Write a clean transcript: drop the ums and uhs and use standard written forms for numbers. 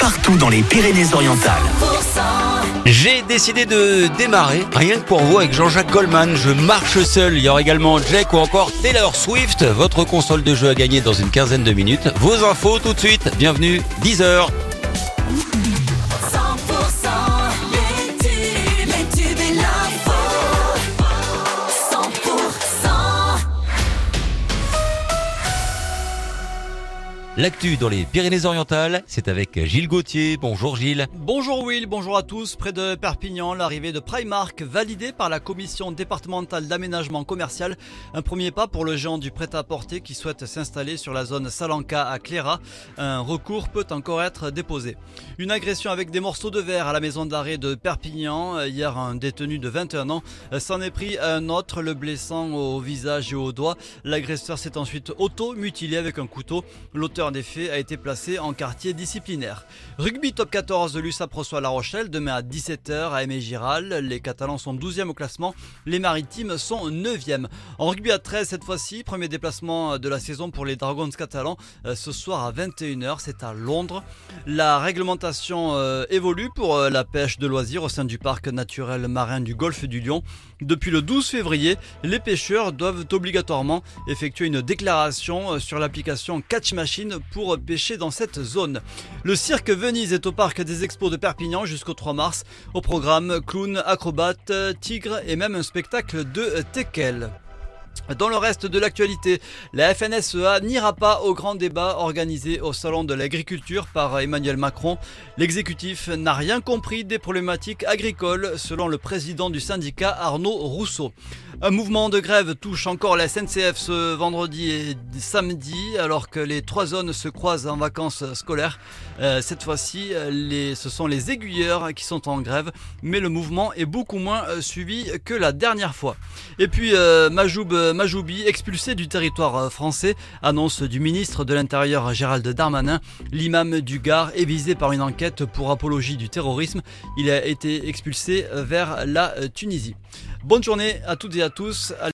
partout dans les Pyrénées-Orientales. J'ai décidé de démarrer, rien que pour vous, avec Jean-Jacques Goldman. Je marche seul. Il y aura également Jack ou encore Taylor Swift. Votre console de jeu à gagner dans une quinzaine de minutes. Vos infos tout de suite. Bienvenue, 10h. L'actu dans les Pyrénées-Orientales, c'est avec Gilles Gauthier. Bonjour Gilles. Bonjour Will, bonjour à tous. Près de Perpignan, l'arrivée de Primark validée par la commission départementale d'aménagement commercial. Un premier pas pour le géant du prêt-à-porter qui souhaite s'installer sur la zone Salanca à Cléra. Un recours peut encore être déposé. Une agression avec des morceaux de verre à la maison d'arrêt de Perpignan. Hier, un détenu de 21 ans s'en est pris à un autre, le blessant au visage et aux doigts. L'agresseur s'est ensuite auto-mutilé avec un couteau. L'auteur des faits a été placé en quartier disciplinaire. Rugby top 14, l'USAP reçoit La Rochelle demain à 17h à Aimé-Giral. Les Catalans sont 12e au classement, les Maritimes sont 9e. En rugby à 13 cette fois-ci, premier déplacement de la saison pour les Dragons catalans ce soir à 21h, c'est à Londres. La réglementation évolue pour la pêche de loisirs au sein du parc naturel marin du golfe du Lion. Depuis le 12 février, les pêcheurs doivent obligatoirement effectuer une déclaration sur l'application Catch Machine pour pêcher dans cette zone. Le cirque Venise est au parc des Expos de Perpignan jusqu'au 3 mars. Au programme, clown, acrobate, tigre et même un spectacle de teckel. Dans le reste de l'actualité, la FNSEA n'ira pas au grand débat organisé au Salon de l'Agriculture par Emmanuel Macron. L'exécutif n'a rien compris des problématiques agricoles, selon le président du syndicat Arnaud Rousseau. Un mouvement de grève touche encore la SNCF ce vendredi et samedi, alors que les trois zones se croisent en vacances scolaires. Cette fois-ci, ce sont les aiguilleurs qui sont en grève, mais le mouvement est beaucoup moins suivi que la dernière fois. Et puis Majoubi, expulsé du territoire français, annonce du ministre de l'Intérieur Gérald Darmanin. L'imam du Gard est visé par une enquête pour apologie du terrorisme. Il a été expulsé vers la Tunisie. Bonne journée à toutes et à tous.